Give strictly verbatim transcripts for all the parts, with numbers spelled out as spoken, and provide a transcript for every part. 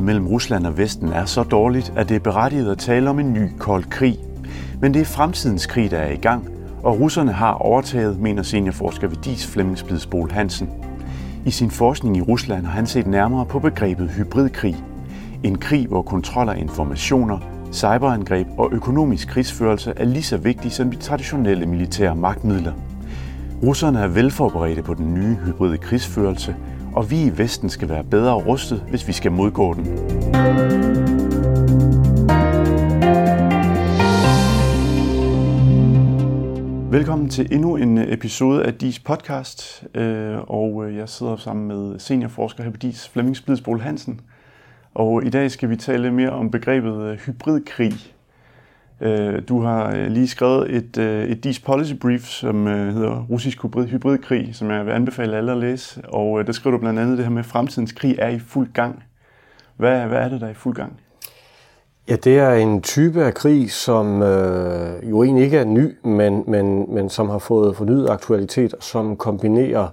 mellem Rusland og Vesten er så dårligt, at det er berettiget at tale om en ny kold krig. Men det er fremtidens krig, der er i gang, og russerne har overtaget, mener seniorforsker ved D I S Flemming Splidsboel Hansen. I sin forskning i Rusland har han set nærmere på begrebet hybridkrig. En krig, hvor kontrol af informationer, cyberangreb og økonomisk krigsførelse er lige så vigtige som de traditionelle militære magtmidler. Russerne er velforberedte på den nye hybride krigsførelse, og vi i Vesten skal være bedre rustet, hvis vi skal modgå den. Velkommen til endnu en episode af D I S podcast, og jeg sidder sammen med seniorforsker her på D I S Flemming Splidsboel Hansen. Og i dag skal vi tale mere om begrebet hybridkrig. Du har lige skrevet et, et D I S Policy Brief, som hedder Russisk hybridkrig, som jeg vil anbefale alle at læse. Og der skriver du blandt andet det her med, at fremtidens krig er i fuld gang. Hvad, hvad er det, der er i fuld gang? Ja, det er en type af krig, som øh, jo egentlig ikke er ny, men, men, men som har fået fornyet aktualitet, som kombinerer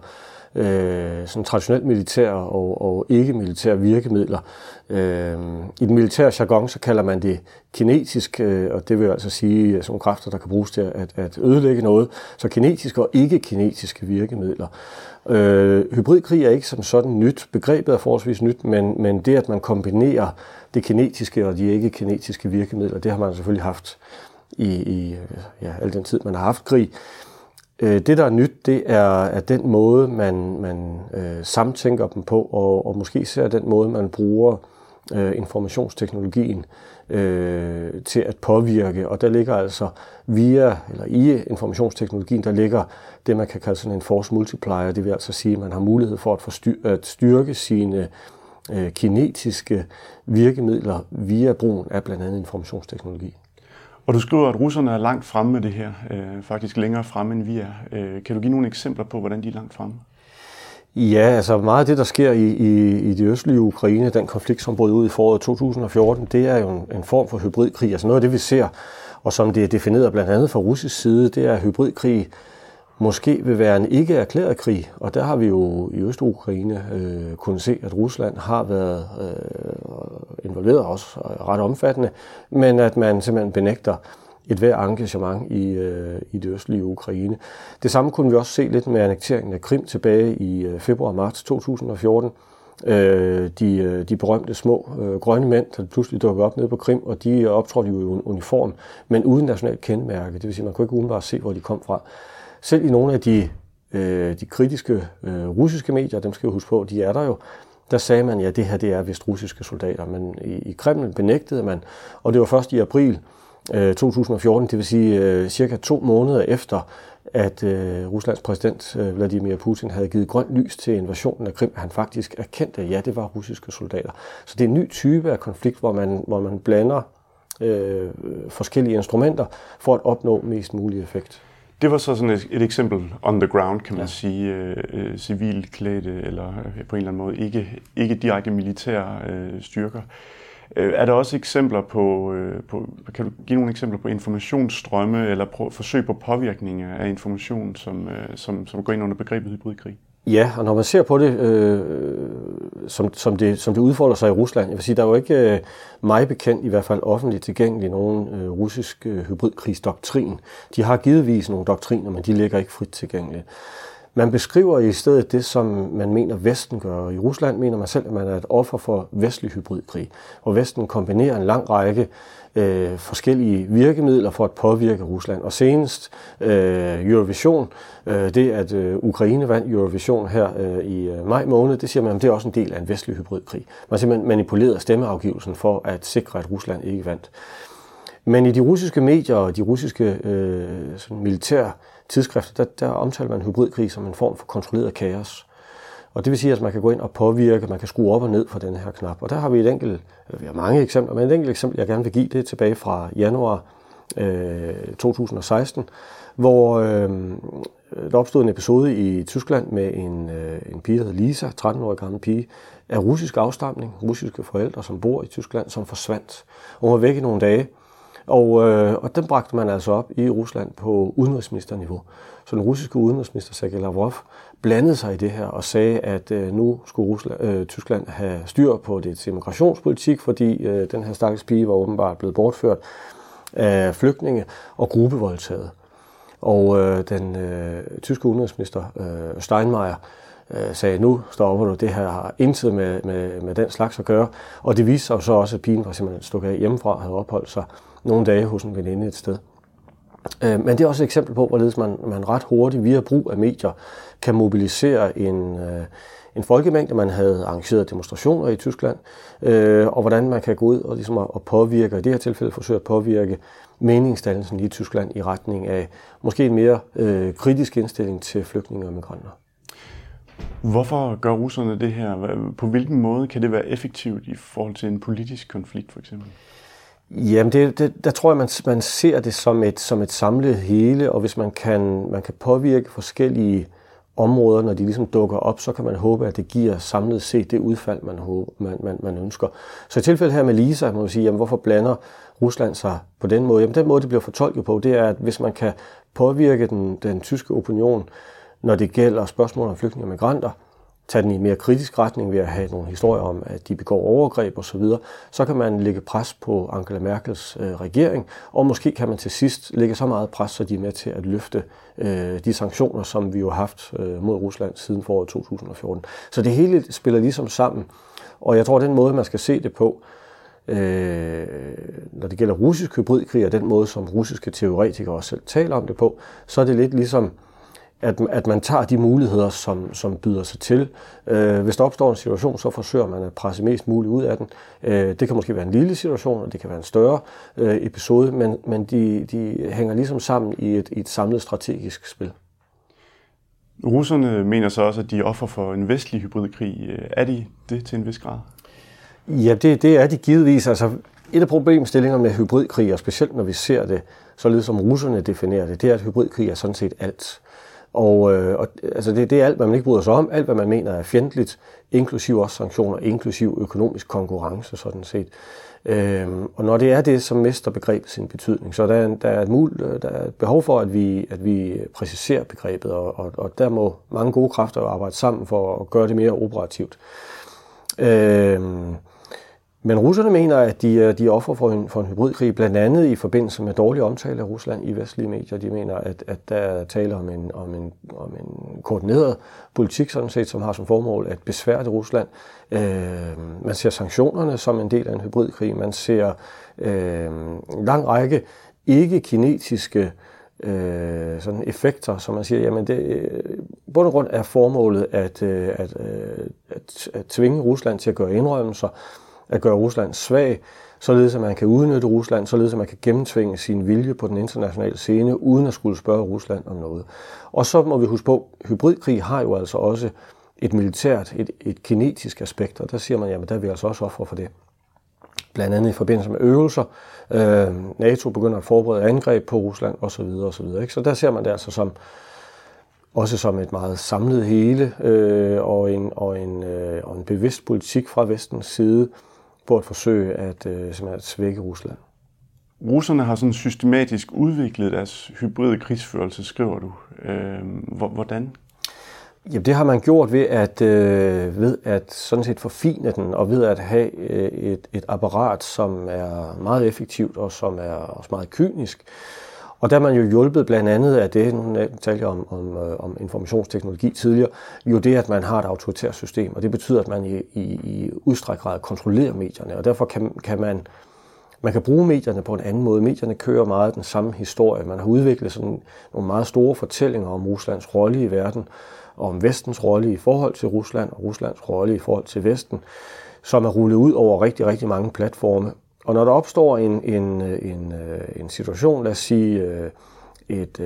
øh, sådan traditionelt militær og, og ikke-militære virkemidler. Øh, I den militære jargon, så kalder man det kinetisk, øh, og det vil altså sige sådan kræfter, der kan bruges til at, at ødelægge noget. Så kinetiske og ikke-kinetiske virkemidler. Øh, hybridkrig er ikke som sådan nyt. Begrebet er forholdsvis nyt, men, men det, at man kombinerer det kinetiske og de ikke-kinetiske virkemidler, det har man selvfølgelig haft i, i ja, al den tid, man har haft krig. Øh, det, der er nyt, det er, er den måde, man, man øh, samtænker dem på, og, og måske ser den måde, man bruger øh, informationsteknologien øh, til at påvirke. Og der ligger altså via, eller i informationsteknologien, der ligger det, man kan kalde sådan en force multiplier. Det vil altså sige, at man har mulighed for at, forstyr, at styrke sine øh, kinetiske virkemidler via brugen af blandt andet informationsteknologi. Og du skriver, at russerne er langt fremme med det her, øh, faktisk længere fremme end vi er. Øh, kan du give nogle eksempler på, hvordan de er langt fremme? Ja, altså meget af det, der sker i, i, i det østlige Ukraine, den konflikt, som brød ud i foråret to tusind og fjorten, det er jo en, en form for hybridkrig. Altså noget af det, vi ser, og som det er defineret blandt andet fra russisk side, det er, at hybridkrig måske vil være en ikke-erklæret krig. Og der har vi jo i Øst-Ukraine øh, kunnet se, at Rusland har været øh, involveret også ret omfattende, men at man simpelthen benægter et hvert engagement i, øh, i det østlige Ukraine. Det samme kunne vi også se lidt med annekteringen af Krim tilbage i øh, februar-marts to tusind og fjorten. Øh, de, de berømte små øh, grønne mænd, der pludselig dukkede op nede på Krim, og de optrådte jo i uniform, men uden nationalt kendemærke. Det vil sige, man kunne ikke umiddelbart se, hvor de kom fra. Selv i nogle af de, øh, de kritiske øh, russiske medier, dem skal vi huske på, de er der jo, der sagde man, ja, det her det er vist russiske soldater, men i, i Kreml benægtede man, og det var først i april øh, to tusind og fjorten, det vil sige øh, cirka to måneder efter, at øh, Ruslands præsident øh, Vladimir Putin havde givet grønt lys til invasionen af Krim, han faktisk erkendte, at ja, det var russiske soldater. Så det er en ny type af konflikt, hvor man, hvor man blander øh, forskellige instrumenter for at opnå mest mulig effekt. Det var så sådan et, et eksempel on the ground, kan man ja. sige, øh, civilklædte eller øh, på en eller anden måde ikke, ikke direkte militære øh, styrker. Øh, er der også eksempler på, øh, på, kan du give nogle eksempler på informationsstrømme eller på, forsøg på påvirkning af information, som, øh, som, som går ind under begrebet hybridkrig? Ja, og når man ser på det, øh, som, som det, som det udfolder sig i Rusland, jeg vil sige, der er jo ikke øh, mig bekendt, i hvert fald offentligt tilgængelig, nogen øh, russisk øh, hybridkrigsdoktrin. De har givetvis nogle doktriner, men de ligger ikke frit tilgængeligt. Man beskriver i stedet det, som man mener Vesten gør. I Rusland mener man selv, at man er et offer for vestlig hybridkrig, hvor Vesten kombinerer en lang række øh, forskellige virkemidler for at påvirke Rusland. Og senest øh, Eurovision, øh, det at øh, Ukraine vandt Eurovision her øh, i øh, maj måned, det siger man, at det er også en del af en vestlig hybridkrig. Man simpelthen manipulerede stemmeafgivelsen for at sikre, at Rusland ikke vandt. Men i de russiske medier og de russiske øh, sådan militære tidsskrifter, der, der omtaler man hybridkrig som en form for kontrolleret kaos. Og det vil sige, at man kan gå ind og påvirke, man kan skrue op og ned for den her knap. Og der har vi et enkelt, vi har mange eksempler, men et enkelt eksempel, jeg gerne vil give, det er tilbage fra januar øh, to tusind og seksten, hvor øh, der opstod en episode i Tyskland med en, øh, en pige, der hedder Lisa, tretten-årig gammel pige, af russisk afstamning, russiske forældre, som bor i Tyskland, som forsvandt. Hun var væk i nogle dage. Og, øh, og den bragte man altså op i Rusland på udenrigsministerniveau. Så den russiske udenrigsminister Sergej Lavrov blandede sig i det her og sagde, at øh, nu skulle Rusland, øh, Tyskland have styr på det immigrationspolitik, fordi øh, den her stakkels pige var åbenbart blevet bortført af flygtninge og gruppevoldtaget. Og øh, den øh, tyske udenrigsminister øh, Steinmeier øh, sagde, nu stopper du, det her har intet med, med, med den slags at gøre. Og det viste sig så også, at pigen var simpelthen stukket af hjemmefra og havde opholdt sig nogle dage hos en veninde et sted. Øh, men det er også et eksempel på, hvorledes man, man ret hurtigt via brug af medier kan mobilisere en, øh, en folkemængde. Man havde arrangeret demonstrationer i Tyskland, øh, og hvordan man kan gå ud og, ligesom at påvirke, og i det her tilfælde forsøge at påvirke meningsdannelsen i Tyskland i retning af måske en mere øh, kritisk indstilling til flygtninge og migranter. Hvorfor gør russerne det her? På hvilken måde kan det være effektivt i forhold til en politisk konflikt, for eksempel? Jamen, det, det, der tror jeg, man, man ser det som et, som et samlet hele, og hvis man kan, man kan påvirke forskellige områder, når de ligesom dukker op, så kan man håbe, at det giver samlet set det udfald, man, håber, man, man, man ønsker. Så i tilfældet her med Lisa, må man sige, jamen, hvorfor blander Rusland sig på den måde? Jamen, den måde, det bliver fortolket på, det er, at hvis man kan påvirke den, den tyske opinion, når det gælder spørgsmål om flygtninge og migranter, tage den i en mere kritisk retning ved at have nogle historier om, at de begår overgreb osv., så, så kan man lægge pres på Angela Merkels øh, regering, og måske kan man til sidst lægge så meget pres, så de er med til at løfte øh, de sanktioner, som vi jo har haft øh, mod Rusland siden foråret to tusind og fjorten. Så det hele spiller ligesom sammen, og jeg tror, den måde, man skal se det på, øh, når det gælder russisk hybridkrig, og den måde, som russiske teoretikere også selv taler om det på, så er det lidt ligesom At, at man tager de muligheder, som, som byder sig til. Øh, hvis der opstår en situation, så forsøger man at presse mest muligt ud af den. Øh, det kan måske være en lille situation, og det kan være en større øh, episode, men, men de, de hænger ligesom sammen i et, i et samlet strategisk spil. Russerne mener så også, at de er offer for en vestlig hybridkrig. Er de det til en vis grad? Ja, det, det er de givetvis. Altså, et af problemstillingerne med hybridkrig, og specielt når vi ser det, således som russerne definerer det, det er, at hybridkrig er sådan set alt. Og, øh, og altså det, det er alt, hvad man ikke bryder sig om, alt, hvad man mener er fjendtligt, inklusiv også sanktioner, inklusiv økonomisk konkurrence, sådan set. Øhm, og når det er det, som mister begrebet sin betydning, så der er, der er, et, mul, der er et behov for, at vi, at vi præciserer begrebet, og, og, og der må mange gode kræfter arbejde sammen for at gøre det mere operativt. Øhm, Men russerne mener, at de, de er offer for en, for en hybridkrig, blandt andet i forbindelse med dårlig omtale af Rusland i vestlige medier. De mener, at, at der taler om en, om, en, om en koordineret politik, sådan set, som har som formål at besværte Rusland. Øh, man ser sanktionerne som en del af en hybridkrig. Man ser øh, en lang række ikke-kinetiske øh, sådan effekter, som man siger, jamen det bund og grund er formålet at, at, at, at, at tvinge Rusland til at gøre indrømmelser, at gøre Rusland svag, således at man kan udnytte Rusland, således at man kan gennemtvinge sin vilje på den internationale scene, uden at skulle spørge Rusland om noget. Og så må vi huske på, at hybridkrig har jo altså også et militært, et, et kinetisk aspekt, og der siger man, jamen der er vi altså også ofre for det. Blandt andet i forbindelse med øvelser. Øh, NATO begynder at forberede angreb på Rusland osv. osv. Så der ser man det altså som også som et meget samlet hele øh, og, en, og, en, øh, og en bevidst politik fra vestens side på at forsøge at, øh, at svække Rusland. Russerne har sådan systematisk udviklet deres hybride krigsførelse, skriver du. Øh, hvordan? Jamen, det har man gjort ved at, øh, ved at sådan set forfine den, og ved at have øh, et, et apparat, som er meget effektivt og som er også meget kynisk. Og der er man jo hjulpet blandt andet af det, nu talte jeg om, om, om informationsteknologi tidligere, jo det, at man har et autoritært system, og det betyder, at man i, i, i udstrækt grad kontrollerer medierne, og derfor kan, kan man, man kan bruge medierne på en anden måde. Medierne kører meget den samme historie. Man har udviklet sådan nogle meget store fortællinger om Ruslands rolle i verden, og om Vestens rolle i forhold til Rusland, og Ruslands rolle i forhold til Vesten, som er rullet ud over rigtig, rigtig mange platforme. Og når der opstår en, en, en, en situation, lad os sige et,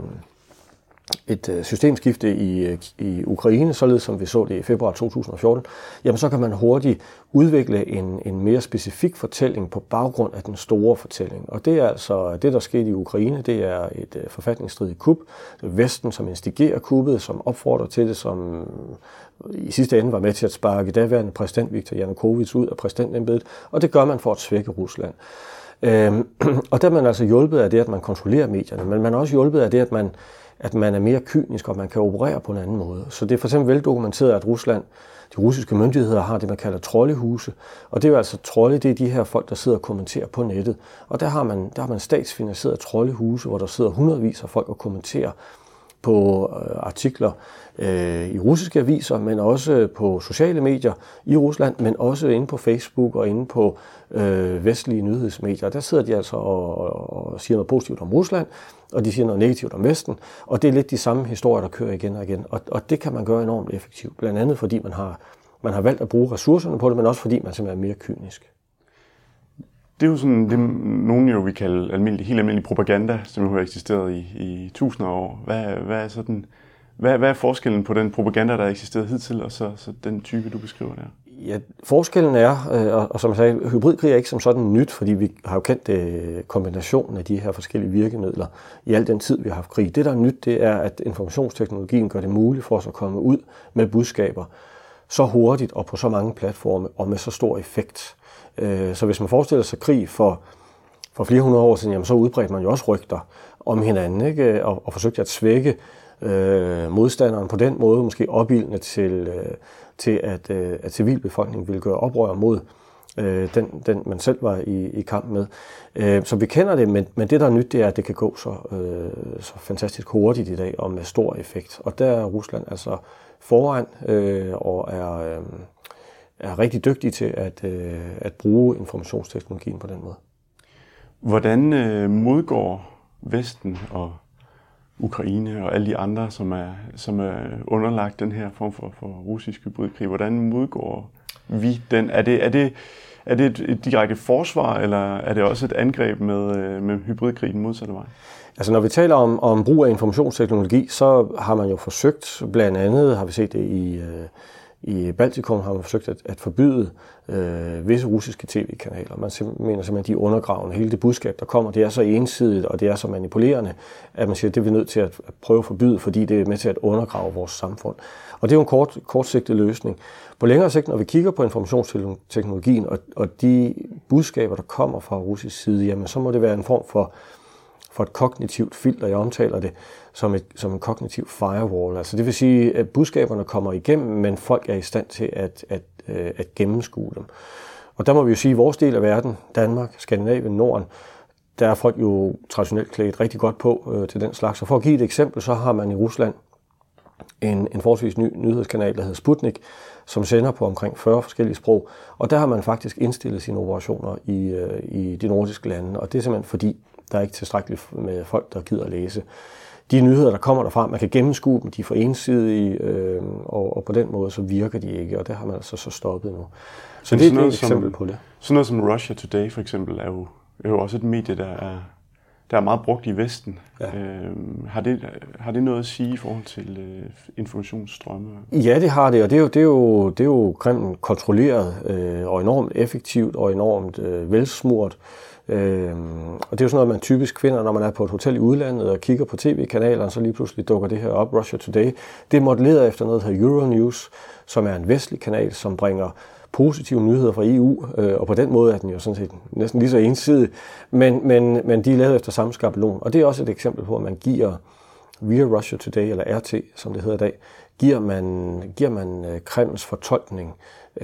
et systemskifte i, i Ukraine, således som vi så det i februar to tusind og fjorten, jamen så kan man hurtigt udvikle en, en mere specifik fortælling på baggrund af den store fortælling. Og det er altså det, der skete i Ukraine, det er et forfatningsstridigt kup. Det er Vesten, som instigerer kuppet, som opfordrer til det, som i sidste ende var med til at sparke daværende præsident Viktor Yanukovych ud af præsidentembedet, og det gør man for at svække Rusland. Øhm, og der er man altså hjulpet af det, at man kontrollerer medierne, men man er også hjulpet af det, at man, at man er mere kynisk, og man kan operere på en anden måde. Så det er for eksempel veldokumenteret, at Rusland, de russiske myndigheder har det, man kalder troldehuse. Og det er jo altså trolde, det er de her folk, der sidder og kommenterer på nettet. Og der har man, der har man statsfinansieret troldehuse, hvor der sidder hundredvis af folk og kommenterer på øh, artikler øh, i russiske aviser, men også på sociale medier i Rusland, men også inde på Facebook og inde på øh, vestlige nyhedsmedier. Der sidder de altså og, og siger noget positivt om Rusland, og de siger noget negativt om Vesten, og det er lidt de samme historier, der kører igen og igen. Og, og det kan man gøre enormt effektivt, blandt andet fordi man har, man har valgt at bruge ressourcerne på det, men også fordi man simpelthen er mere kynisk. Det er jo sådan, det nogen jo vil kalde almindelig, helt almindelig propaganda, som har eksisteret i, i tusinder af år. Hvad, hvad, er sådan, hvad, hvad er forskellen på den propaganda, der har eksisteret hidtil, og så, så den type, du beskriver der? Ja, forskellen er, og, og som jeg sagde, hybridkrig er ikke som sådan nyt, fordi vi har jo kendt øh, kombinationen af de her forskellige virkemidler i al den tid, vi har haft krig. Det, der er nyt, det er, at informationsteknologien gør det muligt for os at komme ud med budskaber så hurtigt og på så mange platforme og med så stor effekt. Så hvis man forestiller sig krig for, for flere hundrede år siden, jamen, så udbredte man jo også rygter om hinanden, ikke? Og, og forsøgte at svække øh, modstanderen på den måde, måske opildne til, øh, til at, øh, at civilbefolkningen ville gøre oprør mod øh, den, den, man selv var i, i kamp med. Øh, så vi kender det, men, men det, der er nyt, det er, at det kan gå så, øh, så fantastisk hurtigt i dag og med stor effekt. Og der er Rusland altså foran øh, og er... Øh, er rigtig dygtige til at, øh, at bruge informationsteknologien på den måde. Hvordan øh, modgår Vesten og Ukraine og alle de andre, som er, som er underlagt den her form for, for russisk hybridkrig, hvordan modgår vi den? Er det, er det, er det et, et direkte forsvar, eller er det også et angreb med, øh, med hybridkrig den modsatte vej? Altså når vi taler om, om brug af informationsteknologi, så har man jo forsøgt, blandt andet har vi set det i... Øh, I Baltikum har man forsøgt at, at forbyde øh, visse russiske tv-kanaler. Man sim- mener simpelthen, at de undergravende hele det budskab, der kommer. Det er så ensidigt, og det er så manipulerende, at man siger, at det er vi nødt til at prøve at forbyde, fordi det er med til at undergrave vores samfund. Og det er jo en kort, kortsigtet løsning. På længere sigt, når vi kigger på informationsteknologien og, og de budskaber, der kommer fra russisk side, jamen, så må det være en form for for et kognitivt filter. Jeg omtaler det som, et, som en kognitiv firewall. Altså det vil sige, at budskaberne kommer igennem, men folk er i stand til at, at, at gennemskue dem. Og der må vi jo sige, at i vores del af verden, Danmark, Skandinavien, Norden, der er folk jo traditionelt klædt rigtig godt på øh, til den slags. Og for at give et eksempel, så har man i Rusland en, en forholdsvis ny nyhedskanal, der hedder Sputnik, som sender på omkring fyrre forskellige sprog. Og der har man faktisk indstillet sine operationer i, øh, i de nordiske lande. Og det er simpelthen fordi, der er ikke tilstrækkeligt med folk, der gider at læse. De nyheder, der kommer derfra, man kan gennemskue dem, de er for ensidige, øh, og, og på den måde så virker de ikke, og det har man altså så stoppet nu. Så det er et eksempel som, på det. Sådan noget som Russia Today for eksempel er jo, er jo også et medie, der er, der er meget brugt i Vesten. Ja. Øh, har, det, har det noget at sige i forhold til øh, informationsstrømme? Ja, det har det, og det er jo, det er jo, det er jo Kreml kontrolleret øh, og enormt effektivt og enormt øh, velsmurt. Øhm, og det er jo sådan noget, man typisk finder, når man er på et hotel i udlandet og kigger på tv-kanalerne, så lige pludselig dukker det her op, Russia Today. Det er modelleret efter noget, der hedder Euronews, som er en vestlig kanal, som bringer positive nyheder fra E U, øh, og på den måde er den jo sådan set næsten lige så ensidig, men, men, men de er lavet efter samme skabelon. Og det er også et eksempel på, at man giver via Russia Today, eller R T, som det hedder i dag, giver man, giver man Kremls fortolkning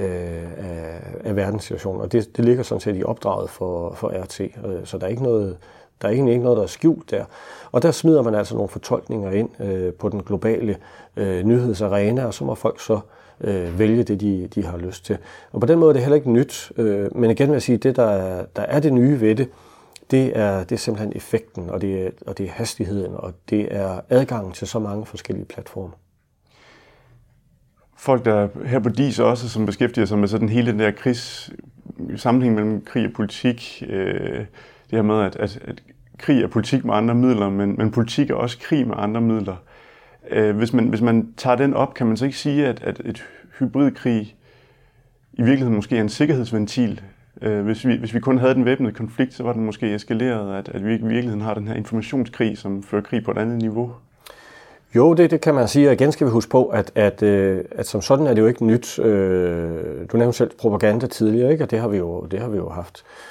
Af, af verdenssituationen, og det, det ligger sådan set i opdraget for, for R T, så der er ikke noget, der er egentlig ikke noget, der er skjult der. Og der smider man altså nogle fortolkninger ind øh, på den globale øh, nyhedsarena, og så må folk så øh, vælge det, de, de har lyst til. Og på den måde er det heller ikke nyt, øh, men igen vil jeg sige, det der er, der er det nye ved det, det er, det er simpelthen effekten, og det er, og det er hastigheden, og det er adgangen til så mange forskellige platforme. Folk, der her på D I S også, som beskæftiger sig med sådan hele den der krigs, sammenhæng mellem krig og politik, øh, det her med, at, at, at krig er politik med andre midler, men, men politik er også krig med andre midler. Øh, hvis, man, hvis man tager den op, kan man så ikke sige, at, at et hybridkrig i virkeligheden måske er en sikkerhedsventil. Øh, hvis, vi, hvis vi kun havde den væbnede konflikt, så var den måske eskaleret, at, at vi i virkeligheden har den her informationskrig, som fører krig på et andet niveau. Jo, det, det kan man sige, og igen skal vi huske på, at, at, at som sådan er det jo ikke nyt. Du nævnte selv propaganda tidligere, ikke? Og det har vi jo, det har vi jo haft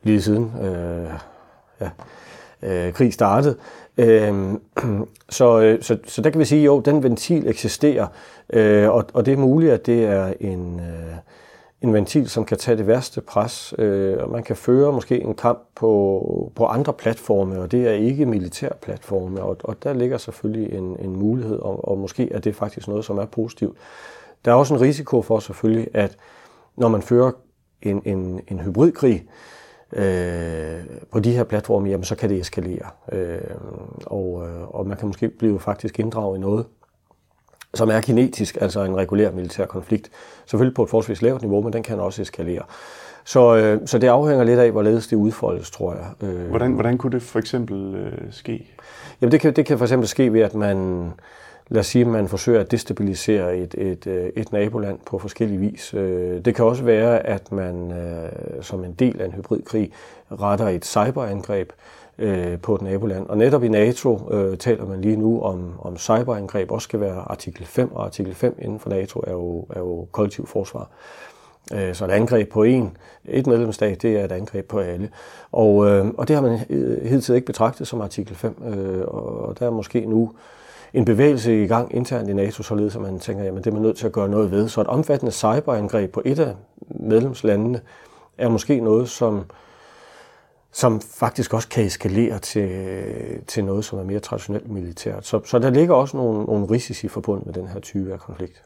lige siden øh, ja, øh, krig startede. Øh, så, så, så der kan vi sige, jo, den ventil eksisterer, øh, og, og det er muligt, at det er en, øh, en ventil, som kan tage det værste pres, øh, og man kan føre måske en kamp på, på andre platforme, og det er ikke militære platforme, og, og der ligger selvfølgelig en, en mulighed, og, og måske er det faktisk noget, som er positivt. Der er også en risiko for selvfølgelig, at når man fører en, en, en hybridkrig øh, på de her platforme, jamen så kan det eskalere, øh, og, og man kan måske blive faktisk inddraget i noget, som er kinetisk, altså en regulær militær konflikt. Selvfølgelig på et forholdsvis lavt niveau, men den kan også eskalere. Så, øh, så det afhænger lidt af, hvorledes det udfoldes, tror jeg. Øh, hvordan, hvordan kunne det for eksempel øh, ske? Jamen det kan, det kan for eksempel ske ved, at man, lad os sige, at man forsøger at destabilisere et, et, et naboland på forskellige vis. Det kan også være, at man som en del af en hybridkrig retter et cyberangreb på et naboland. Og netop i NATO øh, taler man lige nu om, om cyberangreb også skal være artikel fem, og artikel fem inden for NATO er jo, er jo kollektiv forsvar. Øh, så et angreb på en, et medlemsstat, det er et angreb på alle. Og, øh, og det har man hidtil ikke betragtet som artikel fem, øh, og der er måske nu en bevægelse i gang internt i NATO, således at man tænker, jamen det er man nødt til at gøre noget ved. Så et omfattende cyberangreb på et af medlemslandene er måske noget, som som faktisk også kan eskalere til, til noget, som er mere traditionelt militært. Så, så der ligger også nogle, nogle risici forbundet med den her type af konflikt.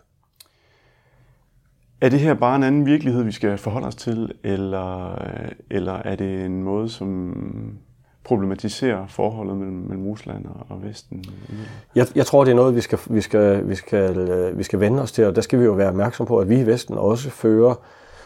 Er det her bare en anden virkelighed, vi skal forholde os til, eller, eller er det en måde, som problematiserer forholdet mellem, mellem Rusland og Vesten? Jeg, jeg tror, det er noget, vi skal, vi, skal, vi, skal, vi skal vende os til, og der skal vi jo være opmærksom på, at vi i Vesten også fører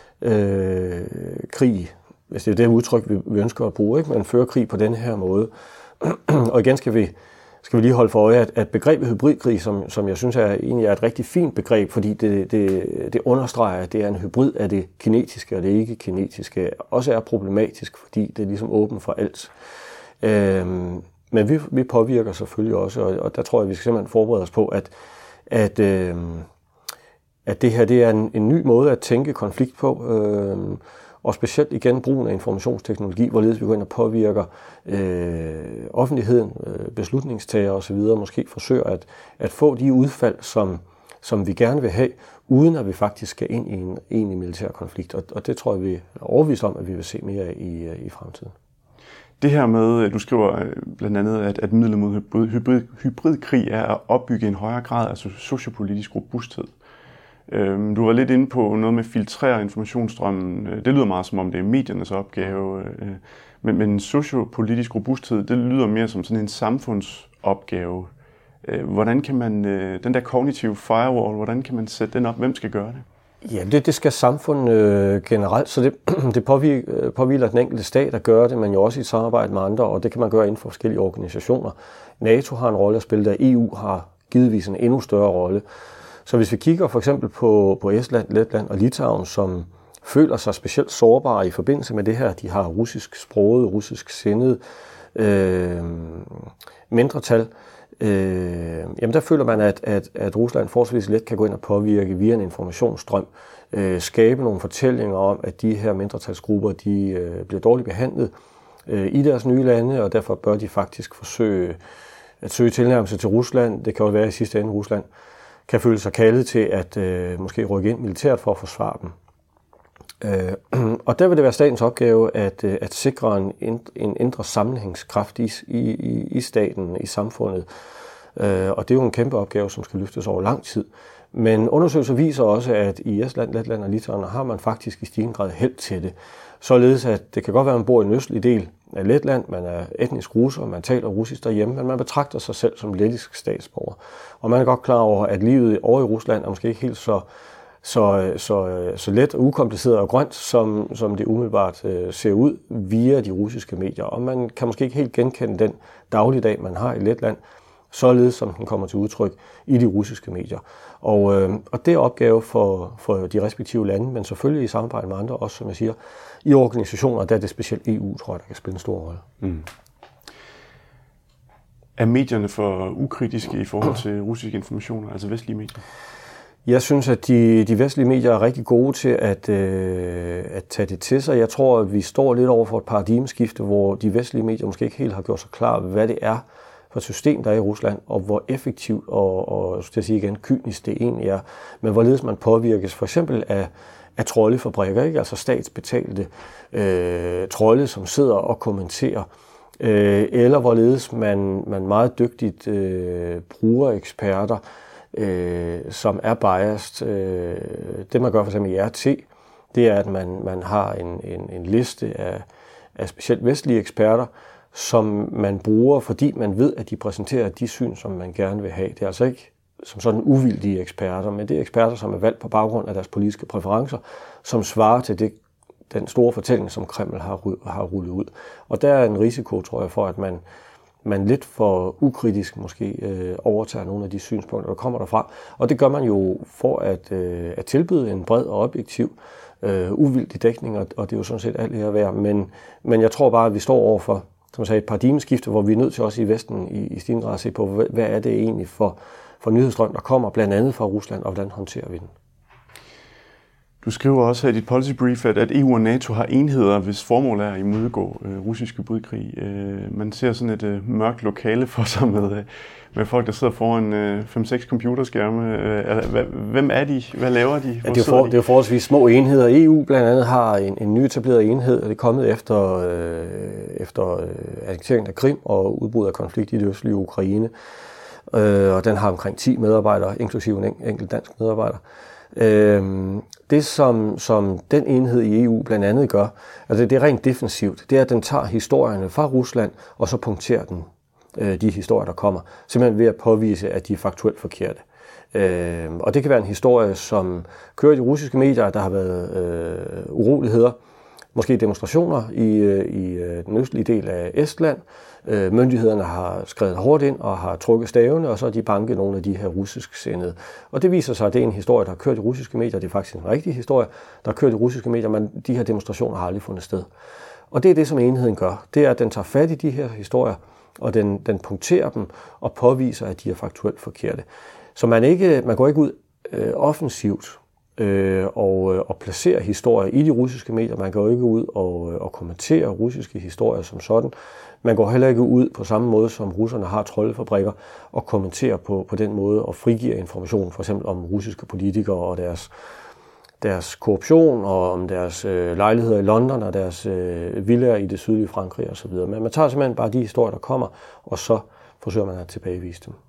øh, krig, hvis det er det udtryk, vi ønsker at bruge, ikke? Man fører krig på den her måde. Og igen skal vi, skal vi lige holde for øje, at, at begrebet hybridkrig, som, som jeg synes er, egentlig er et rigtig fint begreb, fordi det, det, det understreger, at det er en hybrid af det kinetiske og det ikke-kinetiske, også er problematisk, fordi det er ligesom åbent for alt. Øhm, men vi, vi påvirker selvfølgelig også, og, og der tror jeg, vi skal simpelthen forberede os på, at, at, øhm, at det her det er en, en ny måde at tænke konflikt på, øhm, og specielt igen brugen af informationsteknologi, hvorledes vi går ind og påvirker øh, offentligheden, øh, beslutningstagere osv., måske forsøger at, at få de udfald, som, som vi gerne vil have, uden at vi faktisk skal ind i en egentlig militær konflikt. Og, og det tror jeg, vi er overbevist om, at vi vil se mere af i, i fremtiden. Det her med, du skriver blandt andet, at, at midlet mod hybrid, hybridkrig er at opbygge en højere grad af sociopolitisk robusthed. Du var lidt inde på noget med filtrere informationsstrømmen. Det lyder meget som om det er mediernes opgave, men, men sociopolitisk robusthed, det lyder mere som sådan en samfundsopgave. Hvordan kan man, den der kognitive firewall, hvordan kan man sætte den op? Hvem skal gøre det? Ja, det, det skal samfundet øh, generelt, så det, det påhviler, påhviler den enkelte stat at gøre det, men jo også i et samarbejde med andre, og det kan man gøre inden for forskellige organisationer. NATO har en rolle at spille, der E U har givetvis en endnu større rolle. Så hvis vi kigger for eksempel på, på Estland, Letland og Litauen, som føler sig specielt sårbare i forbindelse med det her, de har russisk sproget, russisk sindet øh, mindretal, øh, jamen der føler man, at, at, at Rusland forholdsvis let kan gå ind og påvirke via en informationsstrøm, øh, skabe nogle fortællinger om, at de her mindretalsgrupper, de øh, bliver dårligt behandlet øh, i deres nye lande, og derfor bør de faktisk forsøge at søge tilnærmelse til Rusland. Det kan jo være i sidste ende Rusland kan føle sig kaldet til at øh, måske rykke ind militært for at forsvare dem. Øh, og der vil det være statens opgave at, øh, at sikre en, en indre sammenhængskraft i, i, i staten, i samfundet. Øh, og det er jo en kæmpe opgave, som skal løftes over lang tid. Men undersøgelser viser også, at i Estland, Letland og Litauen har man faktisk i stigende grad held til det. Således at det kan godt være, at man bor i en østlig del af Letland, man er etnisk russer, man taler russisk derhjemme, men man betragter sig selv som lettisk statsborger. Og man er godt klar over, at livet over i Rusland er måske ikke helt så, så, så, så let og ukompliceret og grønt, som, som det umiddelbart øh, ser ud via de russiske medier. Og man kan måske ikke helt genkende den dagligdag, man har i Letland, således som den kommer til udtryk i de russiske medier. Og, øh, og det er opgave for, for de respektive lande, men selvfølgelig i samarbejde med andre, også som jeg siger, i organisationer, der er det specielt E U, tror jeg, der kan spille en stor rolle. Mm. Er medierne for ukritiske i forhold til russiske informationer, altså vestlige medier? Jeg synes, at de, de vestlige medier er rigtig gode til at, øh, at tage det til sig. Jeg tror, at vi står lidt over for et paradigmeskifte, hvor de vestlige medier måske ikke helt har gjort sig klar, hvad det er for et system, der er i Rusland, og hvor effektivt og, og skal jeg sige igen, kynisk det egentlig er. Men hvorledes man påvirkes for eksempel af, af troldefabrikker, ikke? Altså statsbetalte øh, trolde, som sidder og kommenterer. Øh, eller hvorledes man, man meget dygtigt øh, bruger eksperter, Øh, som er biased. Øh, det man gør for eksempel i R T, det er, at man, man har en, en, en liste af, af specielt vestlige eksperter, som man bruger, fordi man ved, at de præsenterer de syn, som man gerne vil have. Det er altså ikke som sådan uvildige eksperter, men det er eksperter, som er valgt på baggrund af deres politiske præferencer, som svarer til det, den store fortælling, som Kreml har, har rullet ud. Og der er en risiko, tror jeg, for, at man man lidt for ukritisk måske øh, overtager nogle af de synspunkter, der kommer derfra. Og det gør man jo for at, øh, at tilbyde en bred og objektiv, øh, uvildig dækning, og, og det er jo sådan set alt det her værd. Men, men jeg tror bare, at vi står overfor, som jeg sagde, et paradigmeskifte, hvor vi er nødt til også i Vesten i, i stigende grad at se på, hvad, hvad er det egentlig for, for nyhedsstrøm, der kommer blandt andet fra Rusland, og hvordan håndterer vi den. Du skriver også i dit policy brief, at, at E U og NATO har enheder, hvis formål er at imødegå øh, russisk hybridkrig. Øh, man ser sådan et øh, mørkt lokale for sig med, øh, med folk, der sidder foran øh, fem seks computerskærme. Øh, hvem er de? Hvad laver de? Ja, det, er for, de? det er jo forholdsvis små enheder. E U blandt andet har en, en nyetableret enhed, og det er kommet efter, øh, efter øh, annekteringen af Krim og udbrud af konflikt i det østlige Ukraine. Øh, og den har omkring ti medarbejdere, inklusive en enkelt dansk medarbejder. Det, som, som den enhed i E U blandt andet gør, altså det er rent defensivt, det er, at den tager historierne fra Rusland, og så punkterer den de historier, der kommer, simpelthen ved at påvise, at de er faktuelt forkerte. Og det kan være en historie, som kører i de russiske medier, der har været øh, uroligheder, måske demonstrationer i, i den østlige del af Estland. Myndighederne har skrevet hårdt ind og har trukket stavene, og så har de banket nogle af de her russisk sendede. Og det viser sig, at det er en historie, der har kørt i russiske medier. Det er faktisk en rigtig historie, der har kørt i russiske medier, men de her demonstrationer har aldrig fundet sted. Og det er det, som enheden gør. Det er, at den tager fat i de her historier, og den, den punkterer dem og påviser, at de er faktuelt forkerte. Så man, ikke, man går ikke ud øh, offensivt øh, og, og placerer historier i de russiske medier. Man går ikke ud og, og kommenterer russiske historier som sådan. Man går heller ikke ud på samme måde, som russerne har troldefabrikker, og kommenterer på, på den måde og frigiver information, for eksempel om russiske politikere og deres, deres korruption, og om deres øh, lejligheder i London og deres øh, villaer i det sydlige Frankrig osv. Men man tager simpelthen bare de historier, der kommer, og så forsøger man at tilbagevise dem.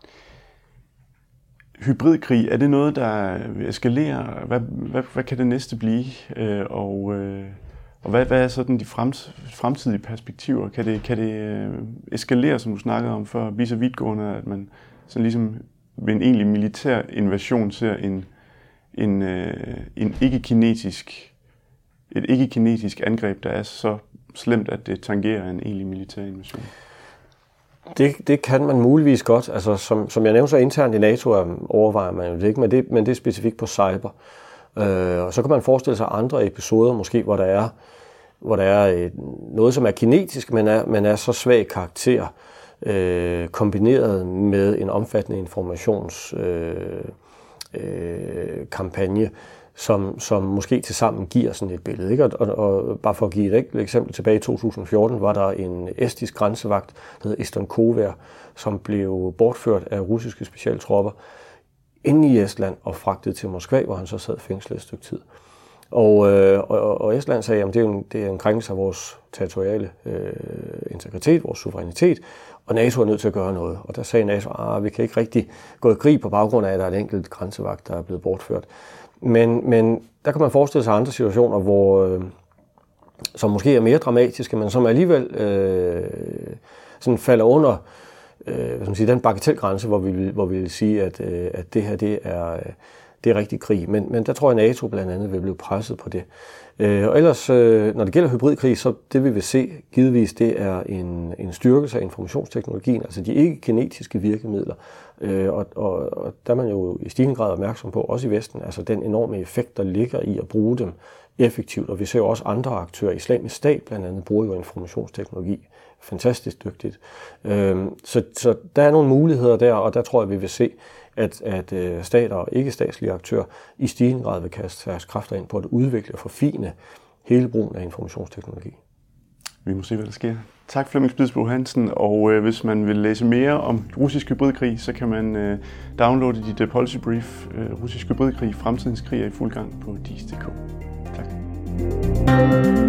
Hybridkrig, er det noget, der eskalerer? Hvad, hvad, hvad kan det næste blive? Øh, og... Øh Og hvad, hvad er sådan de fremtidige perspektiver? Kan det, kan det øh, eskalere, som du snakkede om før, blive så vidtgående, at man sådan ligesom ved en egentlig militær invasion ser en, en, øh, en ikke-kinetisk, et ikke-kinetisk angreb, der er så slemt, at det tangerer en egentlig militær invasion? Det, det kan man muligvis godt. Altså, som, som jeg nævnte så internt i NATO, overvejer man jo det ikke, men det, men det er specifikt på cyber. Øh, og så kan man forestille sig andre episoder, måske, hvor der er, hvor der er et, noget, som er kinetisk, men er, men er så svag karakter, øh, kombineret med en omfattende informationskampagne, øh, øh, som, som måske tilsammen giver sådan et billede. Ikke? Og, og, og bare for at give et eksempel, tilbage i to tusind og fjorten var der en estisk grænsevagt, der hed Eston Kover, som blev bortført af russiske specialtropper inde i Estland og fragtet til Moskva, hvor han så sad fængslet et stykke tid. Og, øh, og, og Estland sagde, at det er en, det er en krænkelse af vores territoriale øh, integritet, vores suverænitet, og NATO er nødt til at gøre noget. Og der sagde NATO, at vi kan ikke rigtig gå i krig på baggrund af, at der er et enkelt grænsevagt, der er blevet bortført. Men, men der kan man forestille sig andre situationer, hvor, øh, som måske er mere dramatiske, men som alligevel øh, sådan falder under øh, hvad skal man sige, den bagatelgrænse, hvor vi, hvor vi vil sige, at, øh, at det her det er, det er rigtig krig. Men, men der tror jeg, at NATO blandt andet vil blive presset på det. Øh, og ellers, øh, når det gælder hybridkrig, så det vi vil se givetvis, det er en, en styrkelse af informationsteknologien, altså de ikke-kinetiske virkemidler. Øh, og, og, og der er man jo i stigende grad opmærksom på, også i Vesten, altså den enorme effekt, der ligger i at bruge dem effektivt. Og vi ser jo også andre aktører, Islamisk Stat blandt andet, bruger jo informationsteknologi fantastisk dygtigt. Øh, så, så der er nogle muligheder der, og der tror jeg, vi vil se at, at stater og ikke-statslige aktører i stigende grad vil kaste deres kræfter ind på at udvikle og forfine hele brugen af informationsteknologi. Vi må se, hvad der sker. Tak Flemming Splidsbo Hansen, og øh, hvis man vil læse mere om russisk hybridkrig, så kan man øh, downloade dit uh, policy brief, øh, russisk hybridkrig, fremtidens krig er i fuld gang på D I S punktum d k. Tak.